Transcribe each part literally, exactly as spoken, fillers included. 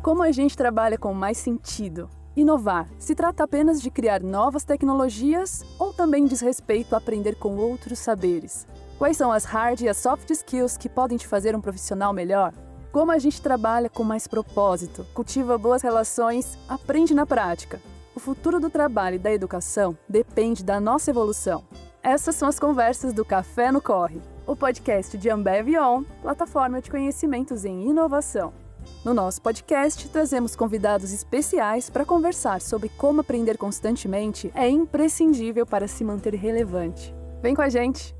Como a gente trabalha com mais sentido? Inovar se trata apenas de criar novas tecnologias ou também diz respeito a aprender com outros saberes? Quais são as hard e as soft skills que podem te fazer um profissional melhor? Como a gente trabalha com mais propósito, cultiva boas relações, aprende na prática? O futuro do trabalho e da educação depende da nossa evolução. Essas são as conversas do Café no Corre, o podcast de Ambev On, plataforma de conhecimentos em inovação. No nosso podcast, trazemos convidados especiais para conversar sobre como aprender constantemente é imprescindível para se manter relevante. Vem com a gente!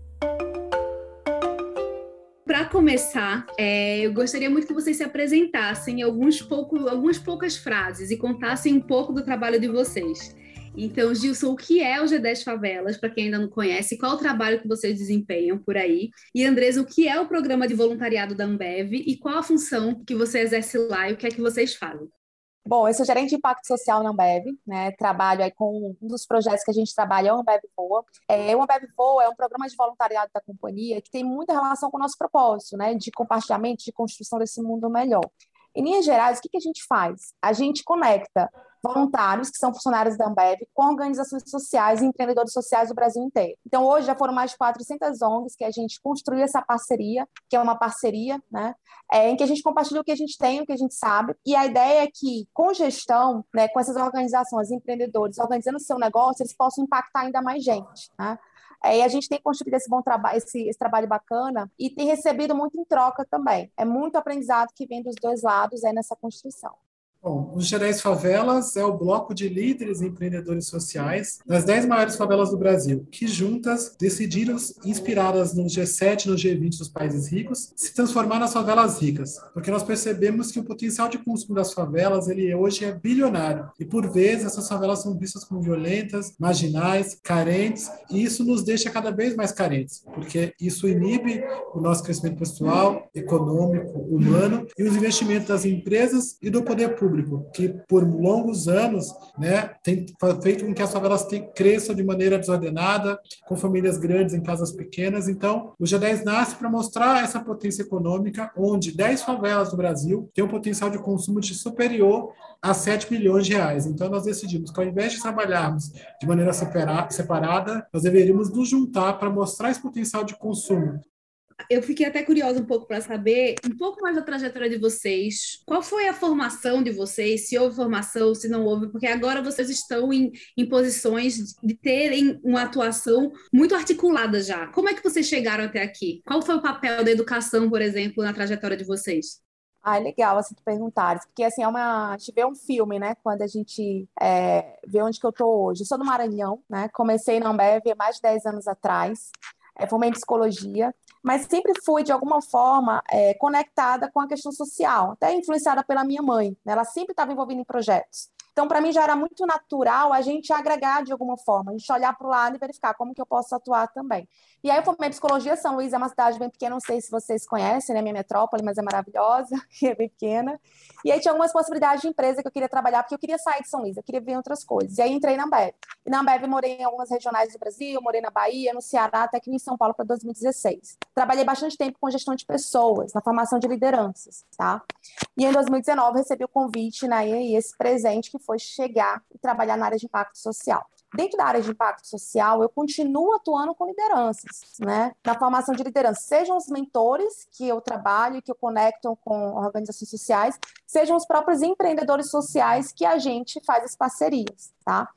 Para começar, é, eu gostaria muito que vocês se apresentassem em alguns pouco, algumas poucas frases e contassem um pouco do trabalho de vocês. Então, Gilson, o que é o G dez Favelas, para quem ainda não conhece, qual o trabalho que vocês desempenham por aí? E, Andresa, o que é o programa de voluntariado da Ambev e qual a função que você exerce lá e o que é que vocês fazem? Bom, eu sou gerente de impacto social na Ambev, né? Trabalho aí com um dos projetos que a gente trabalha, é o Ambev Voa. É, o Ambev Voa é um programa de voluntariado da companhia que tem muita relação com o nosso propósito, né? De compartilhamento, de construção desse mundo melhor. Em linhas gerais, o que que a gente faz? A gente conecta voluntários, que são funcionários da Ambev, com organizações sociais e empreendedores sociais do Brasil inteiro. Então, hoje já foram mais de quatrocentas O N Gs que a gente construiu essa parceria, que é uma parceria, né, é, em que a gente compartilha o que a gente tem, o que a gente sabe, e a ideia é que, com gestão, né, com essas organizações, empreendedores, organizando o seu negócio, eles possam impactar ainda mais gente, né? É, e a gente tem construído esse bom trabalho, esse, esse trabalho bacana e tem recebido muito em troca também. É muito aprendizado que vem dos dois lados aí nessa construção. Bom, o G dez Favelas é o bloco de líderes e empreendedores sociais das dez maiores favelas do Brasil, que juntas decidiram, inspiradas no G sete e no G vinte dos países ricos, se transformar nas favelas ricas, porque nós percebemos que o potencial de consumo das favelas ele hoje é bilionário, e por vezes essas favelas são vistas como violentas, marginais, carentes, e isso nos deixa cada vez mais carentes, porque isso inibe o nosso crescimento pessoal, econômico, humano, e os investimentos das empresas e do poder público, que por longos anos, né, tem feito com que as favelas cresçam de maneira desordenada, com famílias grandes em casas pequenas. Então, o G dez nasce para mostrar essa potência econômica, onde dez favelas do Brasil têm um potencial de consumo de superior a sete milhões de reais. Então, nós decidimos que, ao invés de trabalharmos de maneira separada, nós deveríamos nos juntar para mostrar esse potencial de consumo. Eu fiquei até curiosa um pouco para saber um pouco mais da trajetória de vocês. Qual foi a formação de vocês? Se houve formação, se não houve? Porque agora vocês estão em, em posições de terem uma atuação muito articulada já. Como é que vocês chegaram até aqui? Qual foi o papel da educação, por exemplo, na trajetória de vocês? Ah, é legal, assim, tu perguntares, porque, assim, é uma... a gente vê um filme, né, quando a gente é, vê onde que eu tô hoje. Eu sou do Maranhão, né, comecei na Ambev há mais de dez anos atrás, é, formei em psicologia, mas sempre fui, de alguma forma, é, conectada com a questão social, até influenciada pela minha mãe, né, ela sempre estava envolvida em projetos. Então, para mim, já era muito natural a gente agregar de alguma forma, a gente olhar para o lado e verificar como que eu posso atuar também. E aí eu formei em psicologia. São Luís é uma cidade bem pequena, não sei se vocês conhecem, né, minha metrópole, mas é maravilhosa, que é bem pequena. E aí tinha algumas possibilidades de empresa que eu queria trabalhar, porque eu queria sair de São Luís, eu queria ver outras coisas. E aí entrei na Ambev. E na Ambev morei em algumas regionais do Brasil, morei na Bahia, no Ceará, até que vim em São Paulo para dois mil e dezesseis. Trabalhei bastante tempo com gestão de pessoas, na formação de lideranças, tá? E em dois mil e dezenove recebi o convite, né, e esse presente que foi chegar e trabalhar na área de impacto social. Dentro da área de impacto social, eu continuo atuando com lideranças, né? Na formação de liderança, sejam os mentores que eu trabalho, que eu conecto com organizações sociais, sejam os próprios empreendedores sociais que a gente faz as parcerias, tá?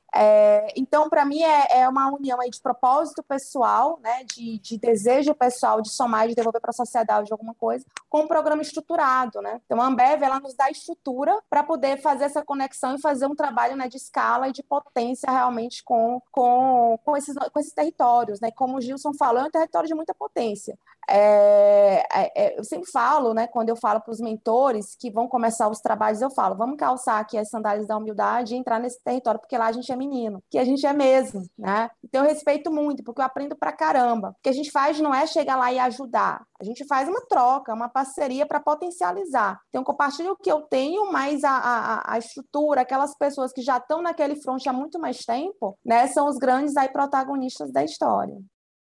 É, então, para mim, é, é uma união aí de propósito pessoal, né, de, de desejo pessoal de somar e de devolver para a sociedade alguma coisa, com um programa estruturado, né? Então, a Ambev, ela nos dá estrutura para poder fazer essa conexão e fazer um trabalho, né, de escala e de potência realmente com, com, com, esses, com esses territórios, né? Como o Gilson falou, é um território de muita potência. É, é, eu sempre falo, né, quando eu falo para os mentores que vão começar os trabalhos, eu falo, vamos calçar aqui as sandálias da humildade e entrar nesse território, porque lá a gente é menino, que a gente é mesmo, né? Então eu respeito muito, porque eu aprendo pra caramba. O que a gente faz não é chegar lá e ajudar, a gente faz uma troca, uma parceria para potencializar. Então eu compartilho o que eu tenho, mas a, a, a estrutura, aquelas pessoas que já estão naquele front há muito mais tempo, né, são os grandes aí protagonistas da história.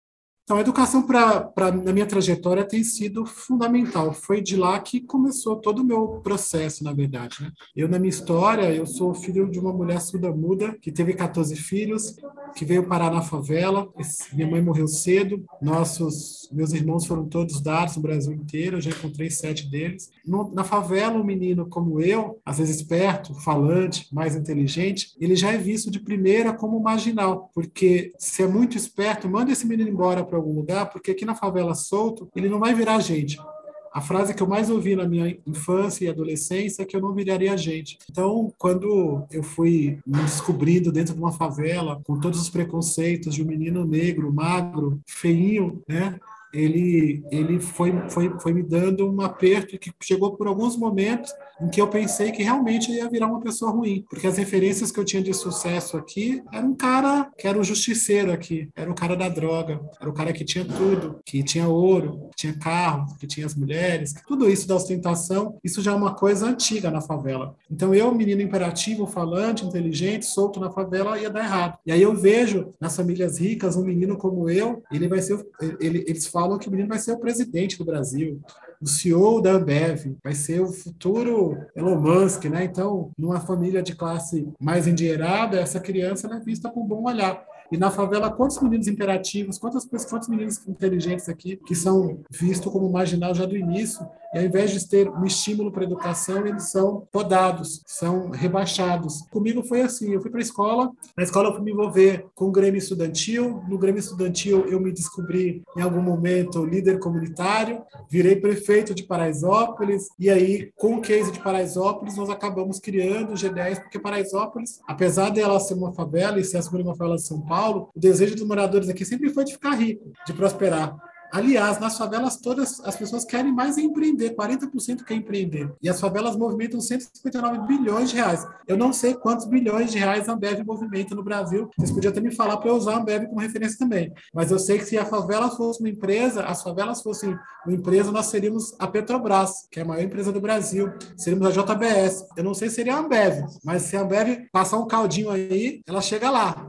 Então, a educação, pra, pra, na minha trajetória, tem sido fundamental. Foi de lá que começou todo o meu processo, na verdade, né? Eu, na minha história, eu sou filho de uma mulher surda-muda que teve catorze filhos, que veio parar na favela. Minha mãe morreu cedo, nossos, meus irmãos foram todos dados no Brasil inteiro, eu já encontrei sete deles. No, na favela, um menino como eu, às vezes esperto, falante, mais inteligente, ele já é visto de primeira como marginal, porque se é muito esperto, manda esse menino embora para algum lugar, porque aqui na favela solto, ele não vai virar gente. A frase que eu mais ouvi na minha infância e adolescência é que eu não viraria gente. Então, quando eu fui me descobrindo dentro de uma favela, com todos os preconceitos de um menino negro, magro, feinho, né? Ele, ele foi, foi, foi me dando um aperto que chegou por alguns momentos em que eu pensei que realmente eu ia virar uma pessoa ruim, porque as referências que eu tinha de sucesso aqui era um cara que era o justiceiro aqui, era o cara da droga, era o cara que tinha tudo, que tinha ouro, que tinha carro, que tinha as mulheres, tudo isso da ostentação, isso já é uma coisa antiga na favela. Então eu, menino imperativo, falante, inteligente, solto na favela, ia dar errado. E aí eu vejo nas famílias ricas um menino como eu, ele vai ser, ele, eles falam que o menino vai ser o presidente do Brasil, o C E O da Ambev, vai ser o futuro Elon Musk, né? Então, numa família de classe mais endinheirada, essa criança ela é vista com bom olhar. E na favela, quantos meninos imperativos, quantas pessoas, quantos meninos inteligentes aqui que são vistos como marginal já do início, e ao invés de ter um estímulo para a educação, eles são podados, são rebaixados. Comigo foi assim, eu fui para a escola, na escola eu fui me envolver com o Grêmio Estudantil, no Grêmio Estudantil eu me descobri em algum momento líder comunitário, virei prefeito de Paraisópolis, e aí com o case de Paraisópolis nós acabamos criando o G dez, porque Paraisópolis, apesar dela ser uma favela e ser a segunda favela de São Paulo, Paulo, o desejo dos moradores aqui sempre foi de ficar rico, de prosperar. Aliás, nas favelas todas, as pessoas querem mais empreender, quarenta por cento quer empreender. E as favelas movimentam cento e cinquenta e nove bilhões de reais. Eu não sei quantos bilhões de reais a Ambev movimenta no Brasil. Vocês podiam até me falar para eu usar a Ambev como referência também. Mas eu sei que se a favela fosse uma empresa, as favelas fossem uma empresa, nós seríamos a Petrobras, que é a maior empresa do Brasil. Seríamos a J B S. Eu não sei se seria a Ambev, mas se a Ambev passar um caldinho aí, ela chega lá.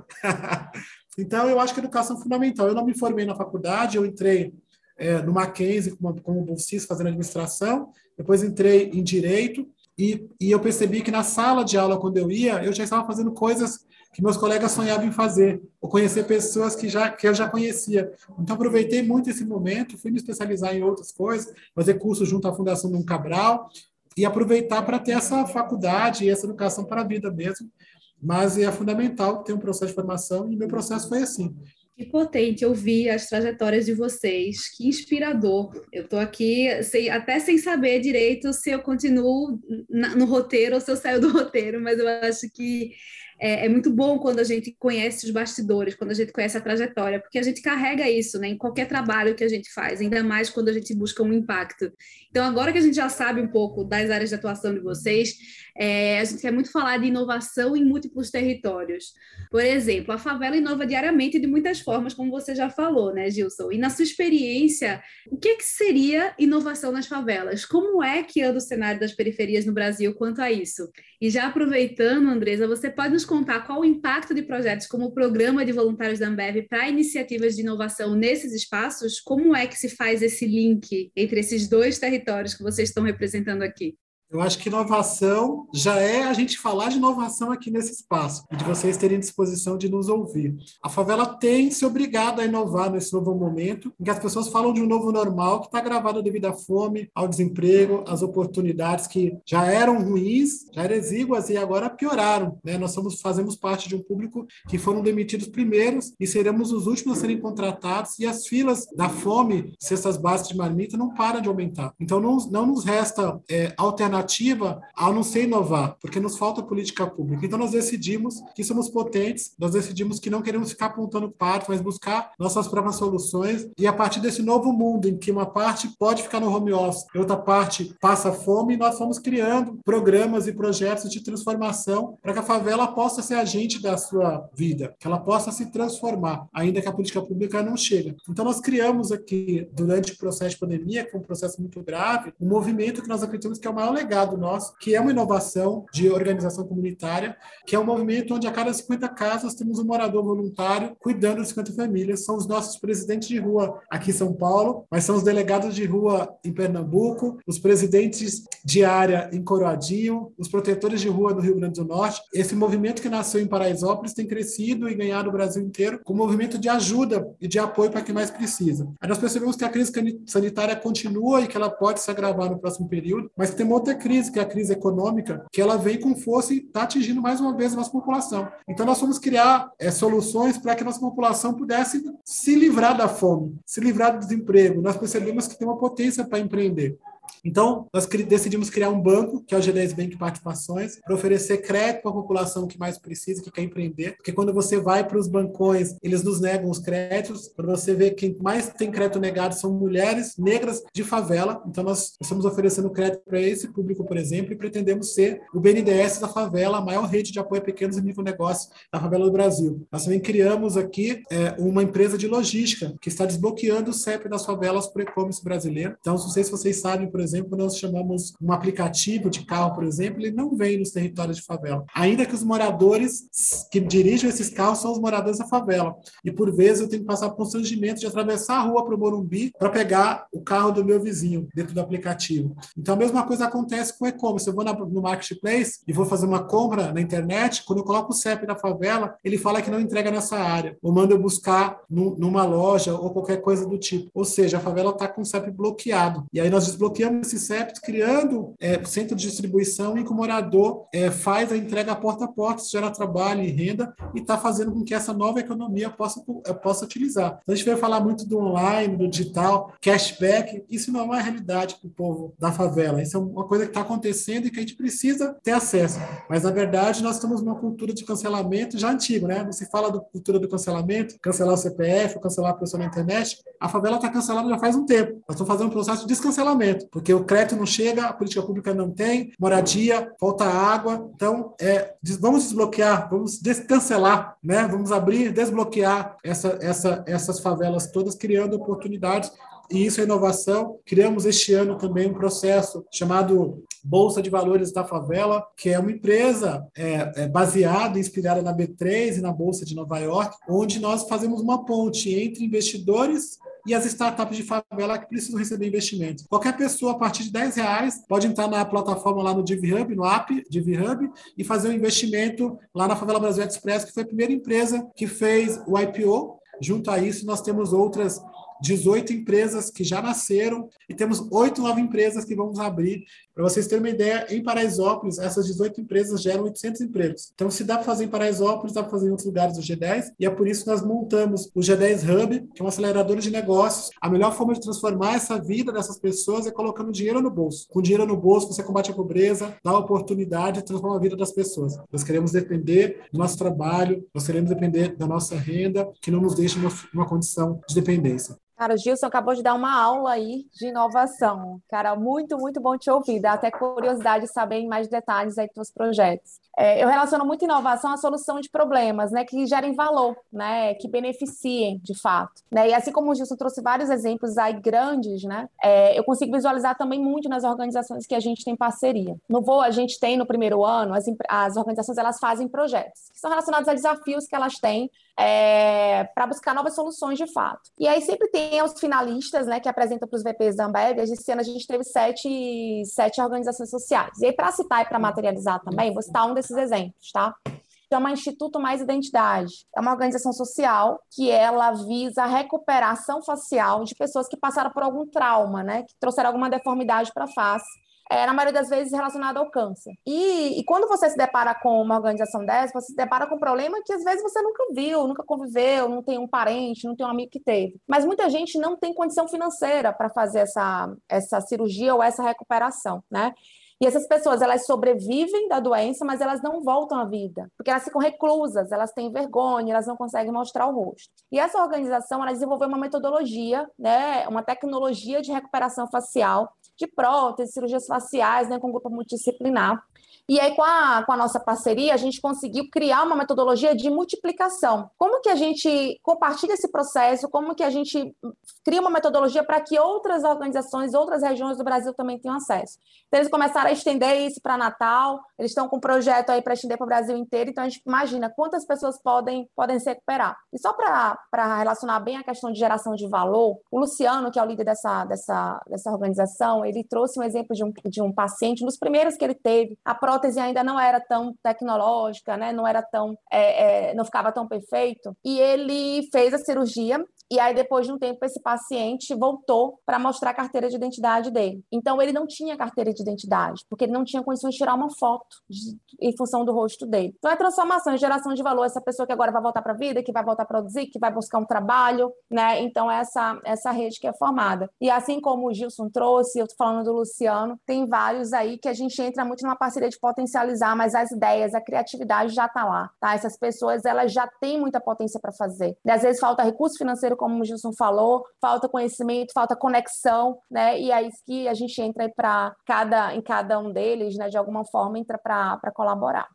Então, eu acho que a educação é fundamental. Eu não me formei na faculdade, eu entrei é, no Mackenzie como, como bolsista fazendo administração, depois entrei em Direito, e, e eu percebi que na sala de aula, quando eu ia, eu já estava fazendo coisas que meus colegas sonhavam em fazer, ou conhecer pessoas que, já, que eu já conhecia. Então, aproveitei muito esse momento, fui me especializar em outras coisas, fazer curso junto à Fundação Dom Cabral, e aproveitar para ter essa faculdade e essa educação para a vida mesmo. Mas é fundamental ter um processo de formação, e meu processo foi assim. Que potente ouvir as trajetórias de vocês, que inspirador. Eu estou aqui sem, até sem saber direito se eu continuo na, no roteiro ou se eu saio do roteiro, mas eu acho que é, é muito bom quando a gente conhece os bastidores, quando a gente conhece a trajetória, porque a gente carrega isso, né, em qualquer trabalho que a gente faz, ainda mais quando a gente busca um impacto. Então, agora que a gente já sabe um pouco das áreas de atuação de vocês, é, a gente quer muito falar de inovação em múltiplos territórios. Por exemplo, a favela inova diariamente de muitas formas, como você já falou, né, Gilson? E na sua experiência, o que, é que seria inovação nas favelas? Como é que anda o cenário das periferias no Brasil quanto a isso? E já aproveitando, Andresa, você pode nos contar qual o impacto de projetos como o Programa de Voluntários da Ambev para iniciativas de inovação nesses espaços? Como é que se faz esse link entre esses dois territórios que vocês estão representando aqui? Eu acho que inovação já é a gente falar de inovação aqui nesse espaço, e de vocês terem disposição de nos ouvir. A favela tem se obrigado a inovar nesse novo momento, em que as pessoas falam de um novo normal que está gravado devido à fome, ao desemprego, às oportunidades que já eram ruins, já eram exíguas e agora pioraram, né? Nós somos, fazemos parte de um público que foram demitidos primeiros e seremos os últimos a serem contratados, e as filas da fome, cestas básicas de marmita, não param de aumentar. Então, não, não nos resta é, alternativa a não ser inovar, porque nos falta política pública. Então nós decidimos que somos potentes, nós decidimos que não queremos ficar apontando parto, mas buscar nossas próprias soluções, e a partir desse novo mundo em que uma parte pode ficar no home office e outra parte passa fome, nós fomos criando programas e projetos de transformação para que a favela possa ser agente da sua vida, que ela possa se transformar, ainda que a política pública não chegue. Então nós criamos aqui, durante o processo de pandemia, que é um processo muito grave, um movimento que nós acreditamos que é o maior legado legado nosso, que é uma inovação de organização comunitária, que é um movimento onde a cada cinquenta casas temos um morador voluntário cuidando de cinquenta famílias. São os nossos presidentes de rua aqui em São Paulo, mas são os delegados de rua em Pernambuco, os presidentes de área em Coroadinho, os protetores de rua no Rio Grande do Norte. Esse movimento que nasceu em Paraisópolis tem crescido e ganhado o Brasil inteiro com um movimento de ajuda e de apoio para quem mais precisa. Aí nós percebemos que a crise sanitária continua e que ela pode se agravar no próximo período, mas que tem uma outra crise, que é a crise econômica, que ela vem com força e está atingindo mais uma vez a nossa população. Então nós fomos criar é, soluções para que a nossa população pudesse se livrar da fome, se livrar do desemprego. Nós percebemos que tem uma potência para empreender. Então, nós decidimos criar um banco, que é o G dez Bank Participações, para oferecer crédito para a população que mais precisa, que quer empreender, porque quando você vai para os bancões, eles nos negam os créditos. Quando você vê que quem mais tem crédito negado são mulheres negras de favela, então nós estamos oferecendo crédito para esse público, por exemplo, e pretendemos ser o B N D E S da favela, a maior rede de apoio a pequenos e micronegócios da favela do Brasil. Nós também criamos aqui é, uma empresa de logística, que está desbloqueando o C E P das favelas para o e-commerce brasileiro. Então, não sei se vocês sabem, por exemplo, quando nós chamamos um aplicativo de carro, por exemplo, ele não vem nos territórios de favela. Ainda que os moradores que dirigem esses carros são os moradores da favela. E, por vezes, eu tenho que passar por constrangimento de atravessar a rua para o Morumbi para pegar o carro do meu vizinho dentro do aplicativo. Então, a mesma coisa acontece com o e-commerce. Eu vou no marketplace e vou fazer uma compra na internet, quando eu coloco o C E P da favela, ele fala que não entrega nessa área, ou manda eu buscar numa loja ou qualquer coisa do tipo. Ou seja, a favela está com o C E P bloqueado. E aí nós desbloqueamos esse C E P, criando é, centro de distribuição em que o morador é, faz a entrega porta a porta, gera trabalho e renda, e está fazendo com que essa nova economia possa, possa utilizar. Então, a gente veio falar muito do online, do digital, cashback. Isso não é uma realidade para o povo da favela. Isso é uma coisa que está acontecendo e que a gente precisa ter acesso. Mas, na verdade, nós estamos numa cultura de cancelamento já antigo, né? Você fala da cultura do cancelamento, cancelar o C P F, cancelar a pessoa na internet. A favela está cancelada já faz um tempo. Nós estamos fazendo um processo de descancelamento, porque o crédito não chega, a política pública não tem, moradia, falta água. Então, é, vamos desbloquear, vamos descancelar, né? Vamos abrir, desbloquear essa, essa, essas favelas todas, criando oportunidades. E isso é inovação. Criamos este ano também um processo chamado Bolsa de Valores da Favela, que é uma empresa é, é, baseada, inspirada na B três e na Bolsa de Nova York, onde nós fazemos uma ponte entre investidores e as startups de favela que precisam receber investimento. Qualquer pessoa, a partir de dez reais, pode entrar na plataforma lá no DivHub, no app DivHub, e fazer um investimento lá na Favela Brasil Express, que foi a primeira empresa que fez o I P O. Junto a isso, nós temos outras dezoito empresas que já nasceram e temos oito novas empresas que vamos abrir. Para vocês terem uma ideia, em Paraisópolis, essas dezoito empresas geram oitocentos empregos. Então, se dá para fazer em Paraisópolis, dá para fazer em outros lugares do G dez, e é por isso que nós montamos o G dez Hub, que é um acelerador de negócios. A melhor forma de transformar essa vida dessas pessoas é colocando dinheiro no bolso. Com dinheiro no bolso, você combate a pobreza, dá oportunidade e transforma a vida das pessoas. Nós queremos depender do nosso trabalho, nós queremos depender da nossa renda, que não nos deixe numa, numa condição de dependência. Cara, o Gilson acabou de dar uma aula aí de inovação. Cara, muito, muito bom te ouvir. Dá até curiosidade de saber em mais detalhes aí dos teus projetos. É, eu relaciono muito inovação à solução de problemas, né, que gerem valor, né, que beneficiem, de fato. Né? E assim como o Gilson trouxe vários exemplos aí grandes, né, é, eu consigo visualizar também muito nas organizações que a gente tem parceria. No V O A, a gente tem no primeiro ano, as, as organizações elas fazem projetos que são relacionados a desafios que elas têm É, para buscar novas soluções de fato. E aí sempre tem os finalistas, né, que apresentam para os V Ps da Ambev. Esse ano a gente teve sete, sete organizações sociais. E aí, para citar e para materializar também, vou citar um desses exemplos, tá? Chama Instituto Mais Identidade. É uma organização social que ela visa a recuperação facial de pessoas que passaram por algum trauma, né, que trouxeram alguma deformidade para a face. É, na maioria das vezes relacionado ao câncer. E, e quando você se depara com uma organização dessa, você se depara com um problema que às vezes você nunca viu, nunca conviveu, não tem um parente, não tem um amigo que teve. Mas muita gente não tem condição financeira para fazer essa, essa cirurgia ou essa recuperação, né? E essas pessoas, elas sobrevivem da doença, mas elas não voltam à vida, porque elas ficam reclusas, elas têm vergonha, elas não conseguem mostrar o rosto. E essa organização, ela desenvolveu uma metodologia, né, uma tecnologia de recuperação facial, de próteses, cirurgias faciais, né, com um grupo multidisciplinar. E aí, com a, com a nossa parceria, a gente conseguiu criar uma metodologia de multiplicação. Como que a gente compartilha esse processo, como que a gente cria uma metodologia para que outras organizações, outras regiões do Brasil também tenham acesso. Então, eles começaram a estender isso para Natal, eles estão com um projeto aí para estender para o Brasil inteiro, então a gente imagina quantas pessoas podem, podem se recuperar. E só para relacionar bem a questão de geração de valor, o Luciano, que é o líder dessa, dessa, dessa organização, ele trouxe um exemplo de um, de um paciente, um dos primeiros que ele teve, a prótese ainda não era tão tecnológica, né? Não era tão, é, é, não ficava tão perfeito, e ele fez a cirurgia. E aí, depois de um tempo, esse paciente voltou para mostrar a carteira de identidade dele. Então, ele não tinha carteira de identidade, porque ele não tinha condições de tirar uma foto de, em função do rosto dele. Então, é transformação, é geração de valor. Essa pessoa que agora vai voltar para a vida, que vai voltar a produzir, que vai buscar um trabalho, né? Então, essa, essa rede que é formada. E assim como o Gilson trouxe, eu estou falando do Luciano, tem vários aí que a gente entra muito numa parceria de potencializar, mas as ideias, a criatividade já está lá, tá? Essas pessoas, elas já têm muita potência para fazer. E, às vezes, falta recurso financeiro, como o Gilson falou, falta conhecimento, falta conexão, né? E é isso que a gente entra aí para cada, em cada um deles, né? De alguma forma, entra para colaborar.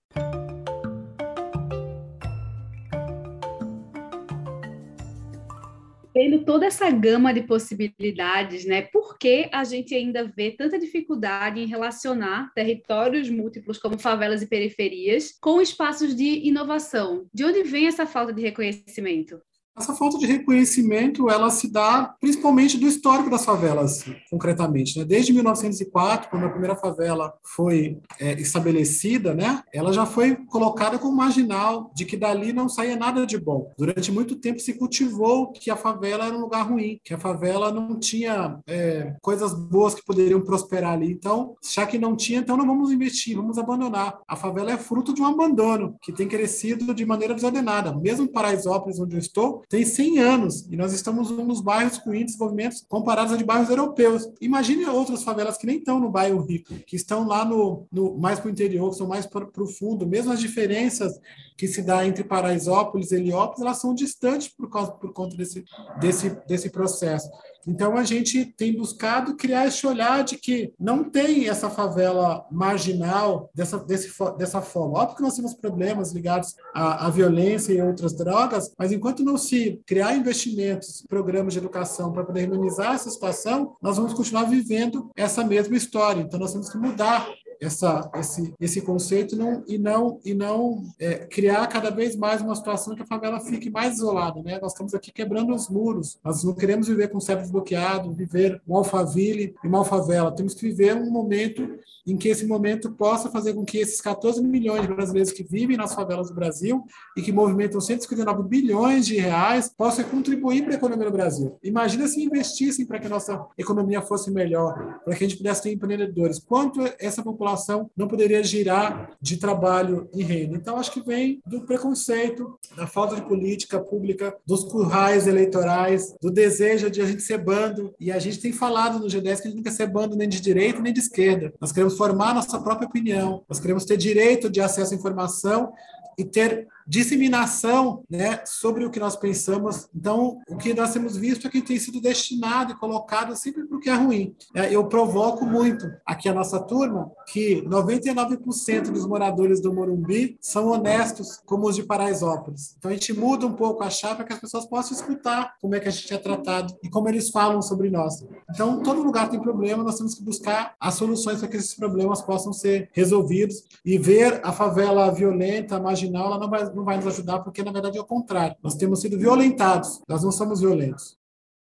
Tendo toda essa gama de possibilidades, né? Por que a gente ainda vê tanta dificuldade em relacionar territórios múltiplos como favelas e periferias com espaços de inovação? De onde vem essa falta de reconhecimento? Essa falta de reconhecimento, ela se dá principalmente do histórico das favelas, concretamente, né? Desde mil novecentos e quatro, quando a primeira favela foi é, estabelecida, né? Ela já foi colocada como marginal, de que dali não saía nada de bom. Durante muito tempo se cultivou que a favela era um lugar ruim, que a favela não tinha é, coisas boas que poderiam prosperar ali. Então, já que não tinha, então não vamos investir, vamos abandonar. A favela é fruto de um abandono, que tem crescido de maneira desordenada. Mesmo Paraisópolis, onde eu estou, tem cem anos, e nós estamos um dos bairros com índices de desenvolvimento comparados a de bairros europeus. Imagine outras favelas que nem estão no bairro rico, que estão lá no, no mais para o interior, que são mais para o fundo. Mesmo as diferenças que se dá entre Paraisópolis e Heliópolis, elas são distantes por, causa, por conta desse, desse, desse processo. Então, a gente tem buscado criar esse olhar de que não tem essa favela marginal dessa, desse, dessa forma. Óbvio que nós temos problemas ligados à, à violência e outras drogas, mas enquanto não se criar investimentos, programas de educação para poder minimizar essa situação, nós vamos continuar vivendo essa mesma história. Então, nós temos que mudar Essa, esse, esse conceito não, e não, e não é, criar cada vez mais uma situação que a favela fique mais isolada, né? Nós estamos aqui quebrando os muros, nós não queremos viver com o cérebro bloqueado, viver um Alphaville e uma Alfavela, temos que viver um momento em que esse momento possa fazer com que esses quatorze milhões de brasileiros que vivem nas favelas do Brasil e que movimentam cento e cinquenta e nove bilhões de reais possam contribuir para a economia do Brasil. Imagina se investissem para que a nossa economia fosse melhor, para que a gente pudesse ter empreendedores. Quanto essa população não poderia girar de trabalho e renda? Então, acho que vem do preconceito, da falta de política pública, dos currais eleitorais, do desejo de a gente ser bando. E a gente tem falado no G dez que a gente não quer ser bando nem de direita nem de esquerda. Nós queremos formar nossa própria opinião. Nós queremos ter direito de acesso à informação e ter disseminação, né, sobre o que nós pensamos. Então, o que nós temos visto é que tem sido destinado e colocado sempre para o que é ruim. Eu provoco muito aqui a nossa turma que noventa e nove por cento dos moradores do Morumbi são honestos como os de Paraisópolis. Então, a gente muda um pouco a chave para que as pessoas possam escutar como é que a gente é tratado e como eles falam sobre nós. Então, todo lugar tem problema, nós temos que buscar as soluções para que esses problemas possam ser resolvidos e ver a favela violenta, marginal, ela não vai não vai nos ajudar, porque, na verdade, é o contrário. Nós temos sido violentados, nós não somos violentos.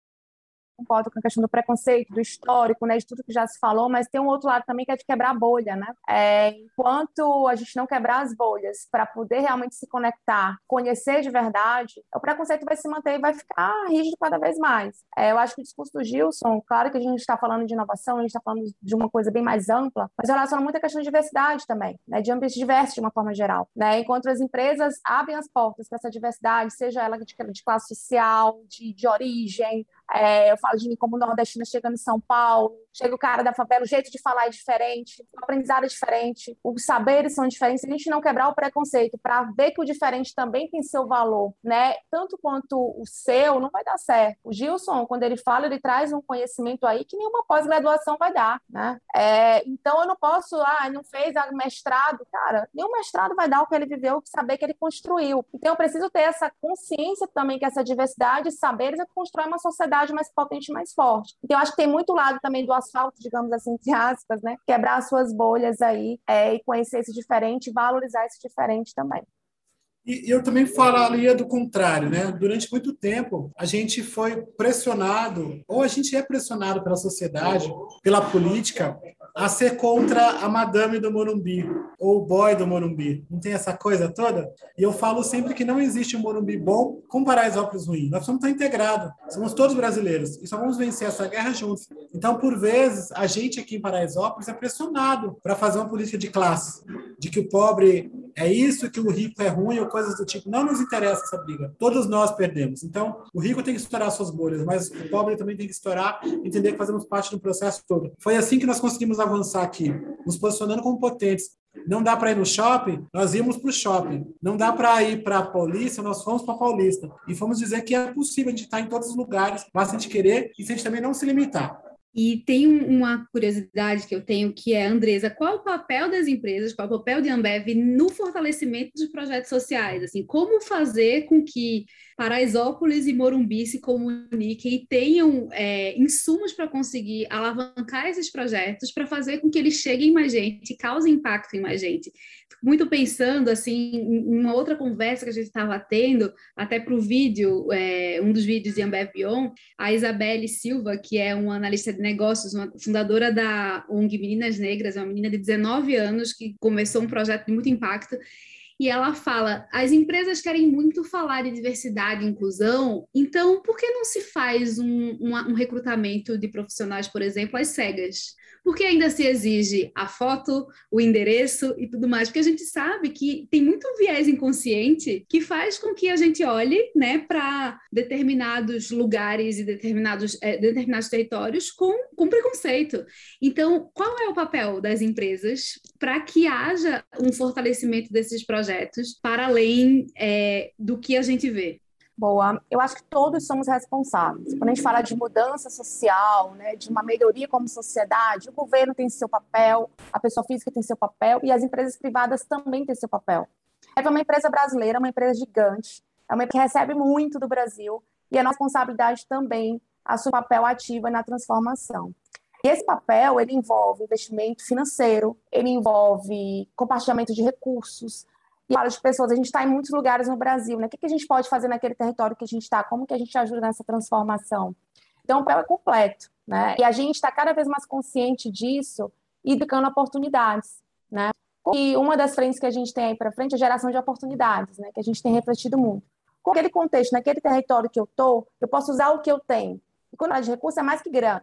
Concordo com a questão do preconceito, do histórico, né, de tudo que já se falou, mas tem um outro lado também que é de quebrar a bolha, né? É, enquanto a gente não quebrar as bolhas para poder realmente se conectar, conhecer de verdade, o preconceito vai se manter e vai ficar rígido cada vez mais. É, eu acho que o discurso do Gilson, claro que a gente está falando de inovação, a gente está falando de uma coisa bem mais ampla, mas relaciona muito a questão de diversidade também, né, de ambiente diverso de uma forma geral, né? Enquanto as empresas abrem as portas para essa diversidade, seja ela de, de classe social, de, de origem, É, eu falo de mim como nordestina chegando em São Paulo, chega o cara da favela, o jeito de falar é diferente, o aprendizado é diferente, os saberes são diferentes, a gente não quebrar o preconceito para ver que o diferente também tem seu valor, né? Tanto quanto o seu, não vai dar certo. O Gilson, quando ele fala, ele traz um conhecimento aí que nenhuma pós-graduação vai dar, né? É, então eu não posso, ah, não fez mestrado, cara, nenhum mestrado vai dar o que ele viveu, saber que ele construiu. Então eu preciso ter essa consciência também que essa diversidade de saberes é que constrói uma sociedade mais potente e mais forte. Então eu acho que tem muito lado também do asfalto, digamos assim, entre aspas, né? Quebrar as suas bolhas aí é, e conhecer esse diferente, valorizar esse diferente também. E eu também falaria do contrário, né? Durante muito tempo, a gente foi pressionado, ou a gente é pressionado pela sociedade, pela política, a ser contra a madame do Morumbi, ou o boy do Morumbi. Não tem essa coisa toda? E eu falo sempre que não existe um Morumbi bom com Paraisópolis ruim. Nós somos integrados, somos todos brasileiros, e só vamos vencer essa guerra juntos. Então, por vezes, a gente aqui em Paraisópolis é pressionado para fazer uma política de classe, de que o pobre é isso, que o rico é ruim, ou coisas do tipo. Não nos interessa essa briga. Todos nós perdemos. Então, o rico tem que estourar suas bolhas, mas o pobre também tem que estourar, entender que fazemos parte do processo todo. Foi assim que nós conseguimos avançar aqui, nos posicionando como potentes. Não dá para ir no shopping, nós íamos para o shopping. Não dá para ir para a Paulista, nós fomos para a Paulista. E fomos dizer que é possível a gente estar em todos os lugares, basta a gente querer e se a gente também não se limitar. E tem uma curiosidade que eu tenho, que é, Andresa, qual o papel das empresas, qual o papel de Ambev no fortalecimento dos projetos sociais? Assim, como fazer com que Paraisópolis e Morumbi se comuniquem e tenham é, insumos para conseguir alavancar esses projetos, para fazer com que eles cheguem em mais gente, causem impacto em mais gente? Fico muito pensando, assim, em uma outra conversa que a gente estava tendo, até para o vídeo, é, um dos vídeos de Ambev Beyond, a Isabelle Silva, que é uma analista de negócios, uma fundadora da O N G Meninas Negras, é uma menina de dezenove anos que começou um projeto de muito impacto, e ela fala, as empresas querem muito falar de diversidade e inclusão, então por que não se faz um, um, um recrutamento de profissionais, por exemplo, às cegas? Porque ainda se exige a foto, o endereço e tudo mais, porque a gente sabe que tem muito viés inconsciente que faz com que a gente olhe, né, para determinados lugares e determinados, é, determinados territórios com, com preconceito. Então, qual é o papel das empresas para que haja um fortalecimento desses projetos para além é, do que a gente vê? Boa. Eu acho que todos somos responsáveis. Quando a gente fala de mudança social, né, de uma melhoria como sociedade, o governo tem seu papel, a pessoa física tem seu papel e as empresas privadas também têm seu papel. É uma empresa brasileira, uma empresa gigante, é uma empresa que recebe muito do Brasil e a nossa responsabilidade também assumir um papel ativo na transformação. E esse papel, ele envolve investimento financeiro, ele envolve compartilhamento de recursos, e fala de pessoas, a gente está em muitos lugares no Brasil, né? O que, que a gente pode fazer naquele território que a gente está? Como que a gente ajuda nessa transformação? Então, o papel é completo, né? E a gente está cada vez mais consciente disso e buscando oportunidades, né? E uma das frentes que a gente tem aí para frente é a geração de oportunidades, né? Que a gente tem refletido muito. Com aquele contexto, naquele território que eu estou, eu posso usar o que eu tenho. E quando fala de recurso, é mais que grana.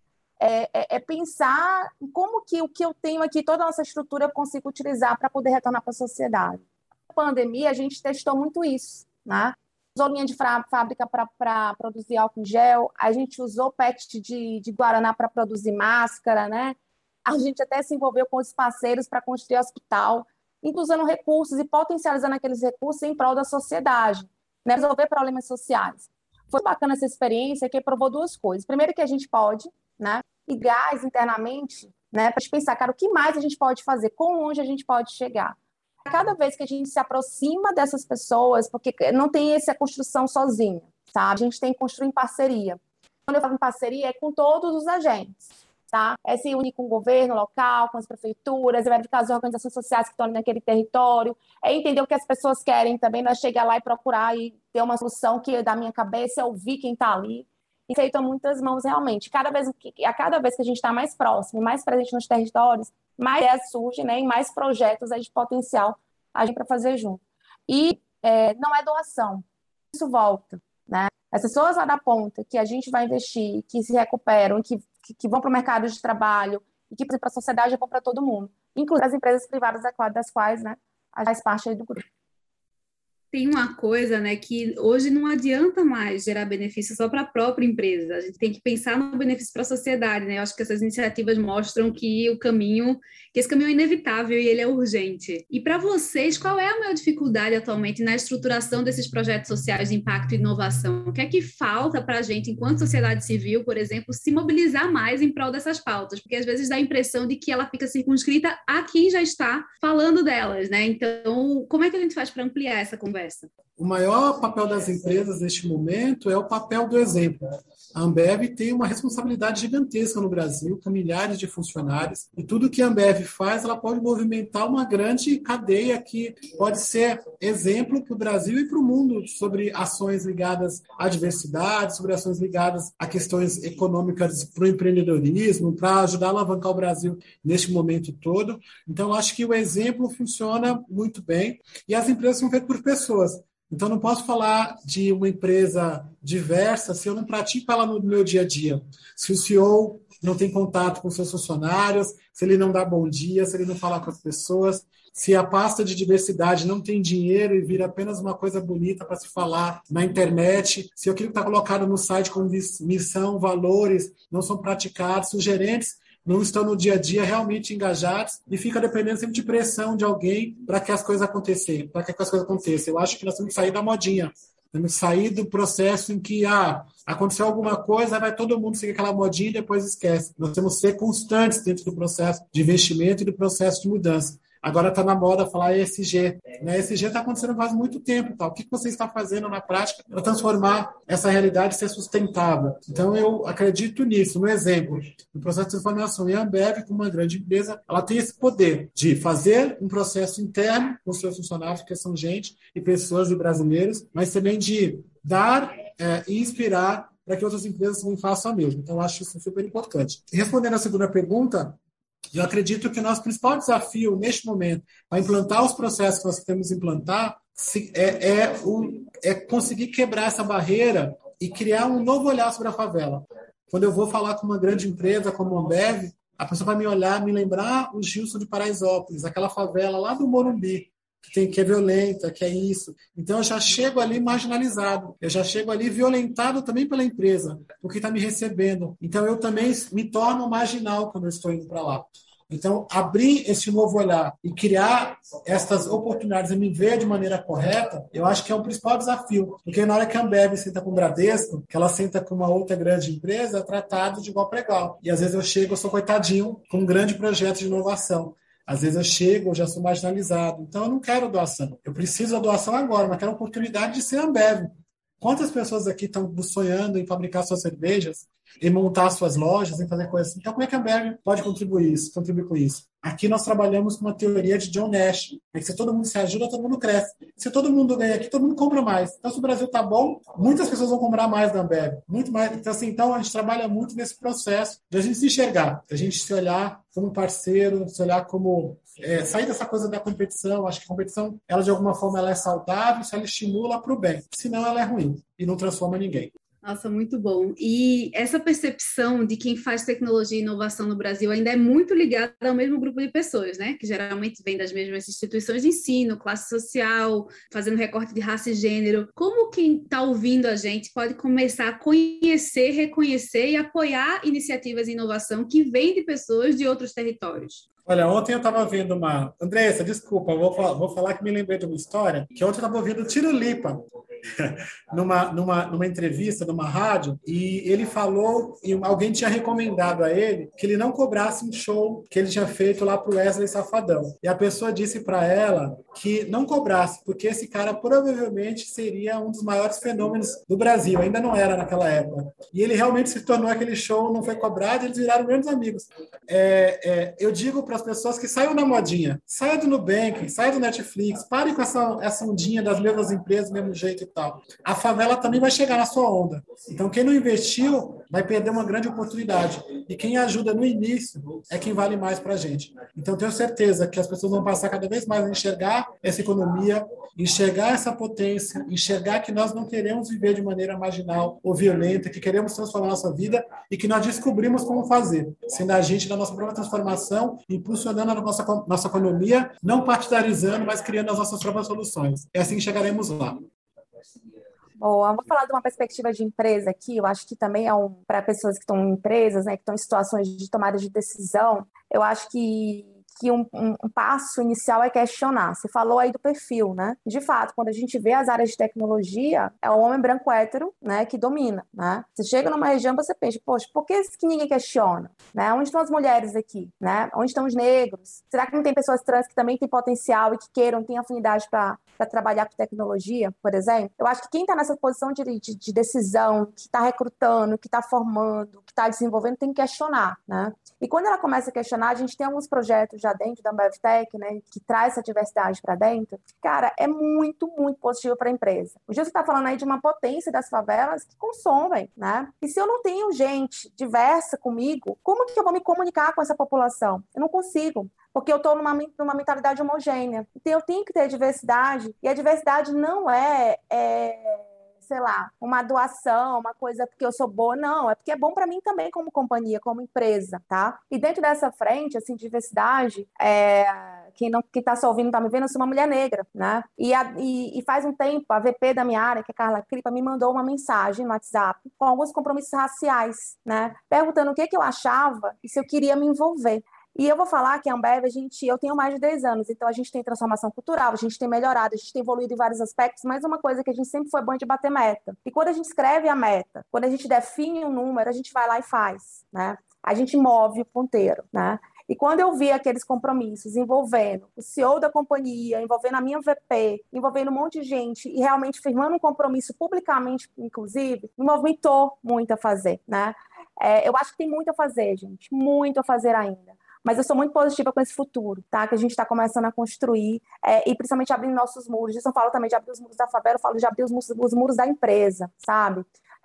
É, é, é pensar em como que o que eu tenho aqui, toda a nossa estrutura, eu consigo utilizar para poder retornar para a sociedade. Na pandemia, a gente testou muito isso, né? Usou linha de fábrica para produzir álcool em gel, a gente usou P E T de, de Guaraná para produzir máscara, né? A gente até se envolveu com os parceiros para construir hospital, usando recursos e potencializando aqueles recursos em prol da sociedade, né? Resolver problemas sociais. Foi bacana essa experiência que provou duas coisas. Primeiro, que a gente pode, né? E gás internamente, né? Para a gente pensar, cara, o que mais a gente pode fazer? Com onde a gente pode chegar? Cada vez que a gente se aproxima dessas pessoas, porque não tem essa construção sozinha, sabe? A gente tem que construir em parceria. Quando eu falo em parceria, é com todos os agentes, tá? É se unir com o governo local, com as prefeituras, é verificar as organizações sociais que estão ali naquele território, é entender o que as pessoas querem também, não é chegar lá e procurar e ter uma solução que da minha cabeça é ouvir quem está ali. E feito a muitas mãos realmente. Cada vez, a cada vez que a gente está mais próximo, mais presente nos territórios, mais ideias surgem, né, e mais projetos aí de potencial a gente para fazer junto. E é, não é doação, isso volta, né? As pessoas lá da ponta que a gente vai investir, que se recuperam, que, que, que vão para o mercado de trabalho, e que para a sociedade é bom para todo mundo, inclusive as empresas privadas das quais, né, a gente faz parte aí do grupo. Tem uma coisa, né, que hoje não adianta mais gerar benefício só para a própria empresa. A gente tem que pensar no benefício para a sociedade, né? Eu acho que essas iniciativas mostram que o caminho, que esse caminho é inevitável e ele é urgente. E para vocês, qual é a maior dificuldade atualmente na estruturação desses projetos sociais de impacto e inovação? O que é que falta para a gente, enquanto sociedade civil, por exemplo, se mobilizar mais em prol dessas pautas? Porque às vezes dá a impressão de que ela fica circunscrita a quem já está falando delas, né? Então, como é que a gente faz para ampliar essa conversa? O maior papel das empresas neste momento é o papel do exemplo. A Ambev tem uma responsabilidade gigantesca no Brasil, com milhares de funcionários, e tudo que a Ambev faz, ela pode movimentar uma grande cadeia que pode ser exemplo para o Brasil e para o mundo sobre ações ligadas à diversidade, sobre ações ligadas a questões econômicas para o empreendedorismo, para ajudar a alavancar o Brasil neste momento todo. Então, acho que o exemplo funciona muito bem e as empresas são feitas por pessoas. Então, não posso falar de uma empresa diversa se eu não pratico ela no meu dia a dia. Se o C E O não tem contato com seus funcionários, se ele não dá bom dia, se ele não fala com as pessoas, se a pasta de diversidade não tem dinheiro e vira apenas uma coisa bonita para se falar na internet, se aquilo que está colocado no site como missão, valores, não são praticados, se os gerentes não estão no dia a dia realmente engajados e fica dependendo sempre de pressão de alguém para que as coisas aconteçam, para que as coisas aconteçam. Eu acho que nós temos que sair da modinha, temos que sair do processo em que ah, aconteceu alguma coisa, vai todo mundo seguir aquela modinha e depois esquece. Nós temos que ser constantes dentro do processo de investimento e do processo de mudança. Agora está na moda falar E S G. Né? E S G está acontecendo faz muito tempo. Tá? O que você está fazendo na prática para transformar essa realidade e ser sustentável? Então, eu acredito nisso. Um exemplo, no processo de transformação, e a Ambev, como uma grande empresa, ela tem esse poder de fazer um processo interno com seus funcionários, que são gente e pessoas e brasileiros, mas também de dar é, e inspirar para que outras empresas também façam a mesma. Então, eu acho isso super importante. E respondendo à segunda pergunta, eu acredito que o nosso principal desafio neste momento para implantar os processos que nós temos implantar é, é, o, é conseguir quebrar essa barreira e criar um novo olhar sobre a favela. Quando eu vou falar com uma grande empresa como a Ambev, a pessoa vai me olhar, me lembrar o Gilson de Paraisópolis, aquela favela lá do Morumbi, que, tem, que é violenta, que é isso. Então, eu já chego ali marginalizado, eu já chego ali violentado também pela empresa, porque está me recebendo. Então, eu também me torno marginal quando eu estou indo para lá. Então, abrir esse novo olhar e criar essas oportunidades e me ver de maneira correta, eu acho que é o principal desafio. Porque na hora que a Ambev senta com o Bradesco, que ela senta com uma outra grande empresa, é tratado de igual para igual. E às vezes eu chego, eu sou coitadinho, com um grande projeto de inovação. Às vezes eu chego, eu já sou marginalizado. Então, eu não quero doação. Eu preciso da doação agora, mas quero a oportunidade de ser Ambev. Quantas pessoas aqui estão sonhando em fabricar suas cervejas, em montar suas lojas, em fazer coisas assim? Então, como é que a Ambev pode contribuir, isso, contribuir com isso? Aqui nós trabalhamos com uma teoria de John Nash, é que se todo mundo se ajuda, todo mundo cresce. Se todo mundo ganha aqui, todo mundo compra mais. Então, se o Brasil está bom, muitas pessoas vão comprar mais da Ambev. Muito mais. Então, assim, então, a gente trabalha muito nesse processo de a gente se enxergar, de a gente se olhar como parceiro, se olhar como... É, sair dessa coisa da competição. Acho que a competição, ela de alguma forma, ela é saudável se ela estimula para o bem. Senão, ela é ruim e não transforma ninguém. Nossa, muito bom. E essa percepção de quem faz tecnologia e inovação no Brasil ainda é muito ligada ao mesmo grupo de pessoas, né? Que geralmente vem das mesmas instituições de ensino, classe social, fazendo recorte de raça e gênero. Como quem está ouvindo a gente pode começar a conhecer, reconhecer e apoiar iniciativas de inovação que vêm de pessoas de outros territórios? Olha, ontem eu estava vendo uma... Andressa, desculpa, vou falar, vou falar que me lembrei de uma história, que ontem eu estava ouvindo o Tiro Lipa numa, numa, numa entrevista, numa rádio, e ele falou, e alguém tinha recomendado a ele que ele não cobrasse um show que ele tinha feito lá para o Wesley Safadão. E a pessoa disse para ela que não cobrasse, porque esse cara provavelmente seria um dos maiores fenômenos do Brasil, ainda não era naquela época. E ele realmente se tornou aquele show, não foi cobrado, e eles viraram grandes amigos. É, é, eu digo para as pessoas que saiam da modinha, saiam do Nubank, saiam do Netflix, parem com essa, essa ondinha das mesmas empresas, do mesmo jeito. tal. A favela também vai chegar na sua onda. Então, quem não investiu vai perder uma grande oportunidade. E quem ajuda no início é quem vale mais para a gente. Então, tenho certeza que as pessoas vão passar cada vez mais a enxergar essa economia, enxergar essa potência, enxergar que nós não queremos viver de maneira marginal ou violenta, que queremos transformar a nossa vida e que nós descobrimos como fazer, sendo a gente na nossa própria transformação, impulsionando a nossa, nossa economia, não partidarizando, mas criando as nossas próprias soluções. É assim que chegaremos lá. Bom, eu vou falar de uma perspectiva de empresa aqui, eu acho que também é um, para pessoas que estão em empresas, né, que estão em situações de tomada de decisão, eu acho que que um, um, um passo inicial é questionar. Você falou aí do perfil, né? De fato, quando a gente vê as áreas de tecnologia, é o homem branco hétero, né, que domina, né? Você chega numa região, você pensa, poxa, por que, que ninguém questiona? Né? Onde estão as mulheres aqui? Né? Onde estão os negros? Será que não tem pessoas trans que também têm potencial e que queiram, têm afinidade para trabalhar com tecnologia, por exemplo? Eu acho que quem está nessa posição de, de, de decisão, que está recrutando, que está formando, que está desenvolvendo, tem que questionar, né? E quando ela começa a questionar, a gente tem alguns projetos já dentro da AmbevTech, né, que traz essa diversidade para dentro. Cara, é muito, muito positivo para a empresa. O Gilson está falando aí de uma potência das favelas que consomem, né? E se eu não tenho gente diversa comigo, como que eu vou me comunicar com essa população? Eu não consigo, porque eu estou numa, numa mentalidade homogênea. Então, eu tenho que ter diversidade, e a diversidade não é... é... sei lá, uma doação, uma coisa porque eu sou boa, não, é porque é bom para mim também como companhia, como empresa, tá? E dentro dessa frente, assim, diversidade, é, quem não, quem tá só ouvindo, não tá me vendo, eu sou uma mulher negra, né? E, a, e, e faz um tempo, a V P da minha área, que é a Carla Cripa, me mandou uma mensagem no WhatsApp com alguns compromissos raciais, né? Perguntando o que que eu achava e se eu queria me envolver. E eu vou falar que a Ambev, a gente, eu tenho mais de dez anos, então a gente tem transformação cultural, a gente tem melhorado, a gente tem evoluído em vários aspectos, mas uma coisa que a gente sempre foi bom de bater meta. E quando a gente escreve a meta, quando a gente define um número, a gente vai lá e faz, né? A gente move o ponteiro, né? E quando eu vi aqueles compromissos envolvendo o C E O da companhia, envolvendo a minha V P, envolvendo um monte de gente e realmente firmando um compromisso publicamente, inclusive, me movimentou muito a fazer, né? É, eu acho que tem muito a fazer, gente, muito a fazer ainda. Mas eu sou muito positiva com esse futuro, tá? Que a gente está começando a construir, é, e principalmente abrindo nossos muros. Isso eu falo também de abrir os muros da favela, eu falo de abrir os muros, os muros da empresa, sabe?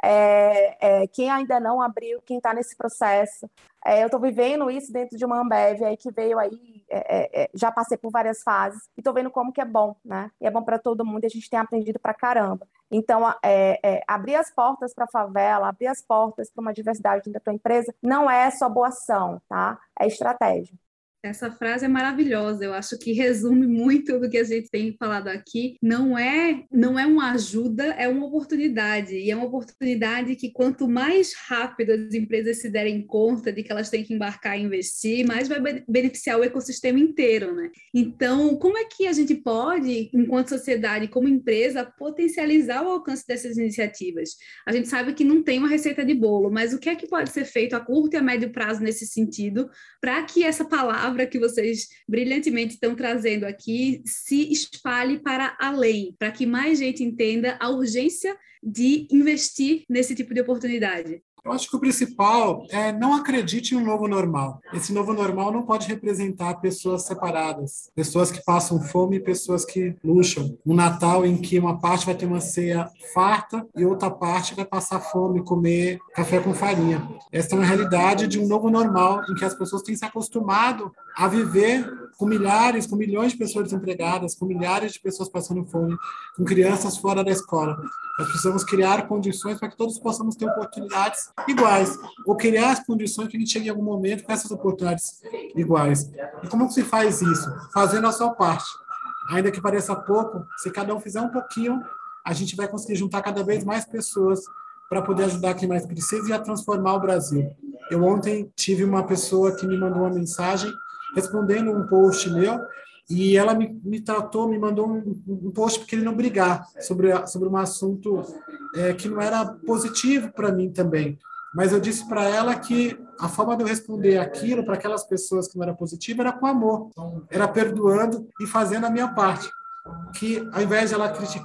É, é, quem ainda não abriu, quem está nesse processo. É, eu estou vivendo isso dentro de uma Ambev aí que veio aí, é, é, já passei por várias fases, e estou vendo como que é bom, né? E é bom para todo mundo, e a gente tem aprendido pra caramba. Então, é, é, abrir as portas para a favela, abrir as portas para uma diversidade dentro da tua empresa, não é só boa ação, tá? É estratégia. Essa frase é maravilhosa, eu acho que resume muito do que a gente tem falado aqui. Não é, não é uma ajuda, é uma oportunidade. E é uma oportunidade que quanto mais rápido as empresas se derem conta de que elas têm que embarcar e investir, mais vai beneficiar o ecossistema inteiro, né? Então, como é que a gente pode, enquanto sociedade, como empresa, potencializar o alcance dessas iniciativas? A gente sabe que não tem uma receita de bolo, mas o que é que pode ser feito a curto e a médio prazo nesse sentido, para que essa palavra que vocês brilhantemente estão trazendo aqui se espalhe para além, para que mais gente entenda a urgência de investir nesse tipo de oportunidade? Eu acho que o principal é não acredite em um novo normal. Esse novo normal não pode representar pessoas separadas, pessoas que passam fome e pessoas que luxam. Um Natal em que uma parte vai ter uma ceia farta e outra parte vai passar fome, comer café com farinha. Essa é uma realidade de um novo normal em que as pessoas têm se acostumado a viver com milhares, com milhões de pessoas desempregadas, com milhares de pessoas passando fome, com crianças fora da escola. Nós precisamos criar condições para que todos possamos ter oportunidades iguais, ou criar as condições para que a gente chegue em algum momento com essas oportunidades iguais. E como que se faz isso? Fazendo a sua parte. Ainda que pareça pouco, se cada um fizer um pouquinho, a gente vai conseguir juntar cada vez mais pessoas para poder ajudar quem mais precisa e a transformar o Brasil. Eu ontem tive uma pessoa que me mandou uma mensagem respondendo um post meu, e ela me, me tratou, me mandou um, um post querendo brigar sobre, sobre um assunto é, que não era positivo para mim também. Mas eu disse para ela que a forma de eu responder aquilo para aquelas pessoas que não era positivo era com amor, era perdoando e fazendo a minha parte. Que ao invés de ela criticar,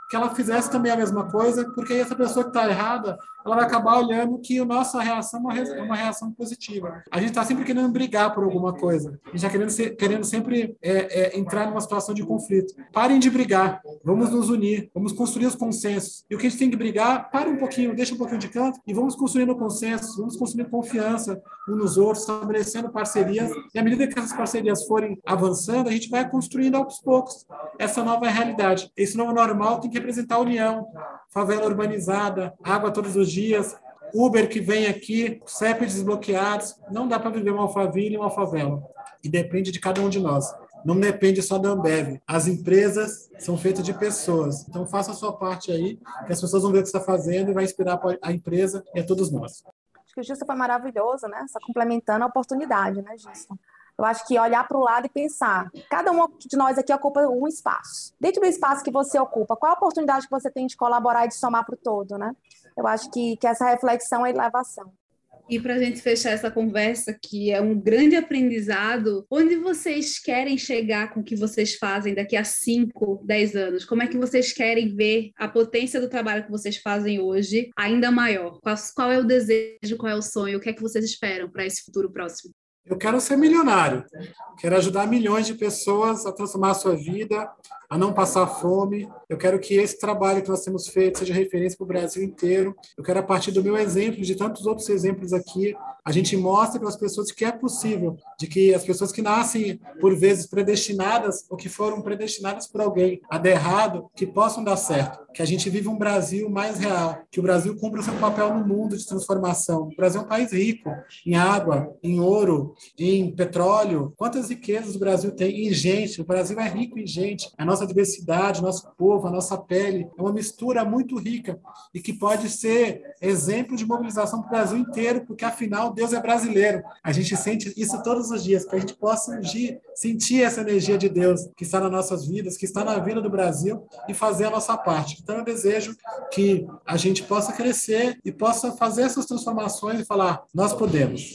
que ela fizesse também a mesma coisa, porque aí essa pessoa que está errada, ela vai acabar olhando que a nossa reação é uma reação positiva. A gente está sempre querendo brigar por alguma coisa. A gente está querendo, ser, querendo sempre é, é, entrar numa situação de conflito. Parem de brigar. Vamos nos unir. Vamos construir os consensos. E o que a gente tem que brigar, para um pouquinho, deixa um pouquinho de canto e vamos construindo consensos, vamos construindo confiança uns nos outros, estabelecendo parcerias. E à medida que essas parcerias forem avançando, a gente vai construindo aos poucos essa nova realidade. Esse novo normal tem que representar a união. Favela urbanizada, água todos os dias, Uber que vem aqui, C E P desbloqueados. Não dá para viver uma Alphaville e uma favela. E depende de cada um de nós. Não depende só da Ambev. As empresas são feitas de pessoas. Então faça a sua parte aí, que as pessoas vão ver o que você está fazendo e vai inspirar a empresa e a todos nós. Acho que o Gilson foi maravilhoso, né? Só complementando a oportunidade, né, Gilson? Eu acho que olhar para o lado e pensar, cada um de nós aqui ocupa um espaço. Dentro do espaço que você ocupa, qual a oportunidade que você tem de colaborar e de somar para o todo, né? Eu acho que, que essa reflexão é elevação. E para a gente fechar essa conversa, que é um grande aprendizado, onde vocês querem chegar com o que vocês fazem daqui a cinco, dez anos? Como é que vocês querem ver a potência do trabalho que vocês fazem hoje ainda maior? Qual, qual é o desejo, qual é o sonho? O que é que vocês esperam para esse futuro próximo? Eu quero ser milionário, quero ajudar milhões de pessoas a transformar a sua vida, a não passar fome. Eu quero que esse trabalho que nós temos feito seja referência para o Brasil inteiro. Eu quero, a partir do meu exemplo, de tantos outros exemplos aqui, a gente mostre para as pessoas que é possível, de que as pessoas que nascem, por vezes, predestinadas ou que foram predestinadas por alguém a dar errado, que possam dar certo. Que a gente vive um Brasil mais real, que o Brasil cumpra o seu papel no mundo de transformação. O Brasil é um país rico em água, em ouro, em petróleo. Quantas riquezas o Brasil tem em gente? O Brasil é rico em gente. A nossa diversidade, nosso povo, a nossa pele é uma mistura muito rica e que pode ser exemplo de mobilização para o Brasil inteiro, porque afinal Deus é brasileiro. A gente sente isso todos os dias, que a gente possa agir, sentir essa energia de Deus que está nas nossas vidas, que está na vida do Brasil e fazer a nossa parte. Então eu desejo que a gente possa crescer e possa fazer essas transformações e falar, nós podemos.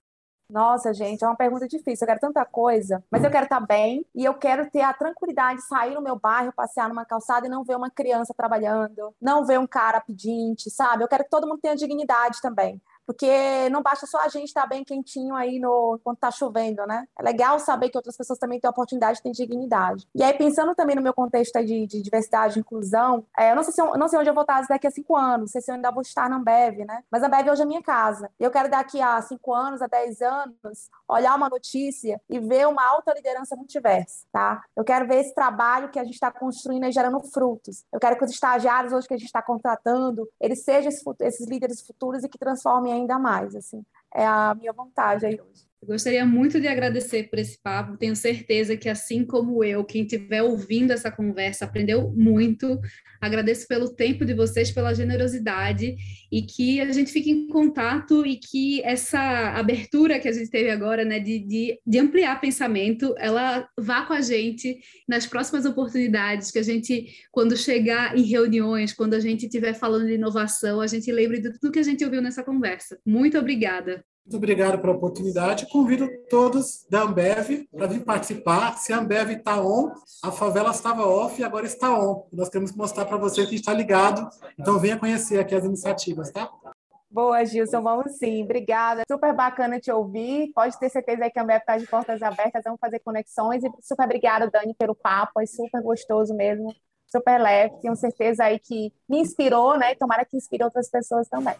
Nossa, gente, é uma pergunta difícil. Eu quero tanta coisa, mas eu quero estar bem e eu quero ter a tranquilidade de sair no meu bairro, passear numa calçada e não ver uma criança trabalhando, não ver um cara pedinte, sabe? Eu quero que todo mundo tenha dignidade também. Porque não basta só a gente estar bem quentinho aí no, quando está chovendo, né? É legal saber que outras pessoas também têm a oportunidade de ter dignidade. E aí, pensando também no meu contexto aí de, de diversidade e inclusão, é, eu não sei, se eu, não sei onde eu vou estar daqui a cinco anos, não sei se eu ainda vou estar na Ambev, né? Mas a Ambev hoje é minha casa. E eu quero daqui a cinco anos, a dez anos, olhar uma notícia e ver uma alta liderança multiversa, tá? Eu quero ver esse trabalho que a gente está construindo e gerando frutos. Eu quero que os estagiários hoje que a gente está contratando, eles sejam esses, esses líderes futuros e que transformem ainda mais, assim, é a minha vontade aí hoje. Eu gostaria muito de agradecer por esse papo, tenho certeza que assim como eu, quem estiver ouvindo essa conversa aprendeu muito, agradeço pelo tempo de vocês, pela generosidade e que a gente fique em contato e que essa abertura que a gente teve agora, né, de, de, de ampliar pensamento, ela vá com a gente nas próximas oportunidades, que a gente, quando chegar em reuniões, quando a gente estiver falando de inovação, a gente lembre de tudo que a gente ouviu nessa conversa. Muito obrigada. Muito obrigado pela oportunidade. Convido todos da Ambev para vir participar. Se a Ambev está on, a favela estava off e agora está on. Nós queremos mostrar para vocês que a gente está ligado. Então venha conhecer aqui as iniciativas, tá? Boa, Gilson, vamos sim. Obrigada. Super bacana te ouvir. Pode ter certeza que a Ambev está de portas abertas. Vamos fazer conexões. E super obrigada, Dani, pelo papo. É super gostoso mesmo. Super leve. Tenho certeza aí que me inspirou, né? E tomara que inspire outras pessoas também.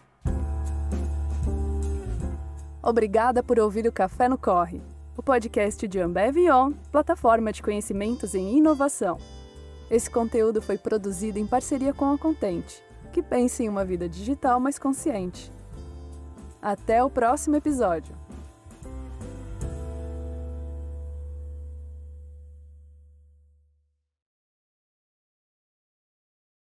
Obrigada por ouvir o Café no Corre, o podcast de Ambev On, plataforma de conhecimentos em inovação. Esse conteúdo foi produzido em parceria com a Contente, que pensa em uma vida digital mais consciente. Até o próximo episódio!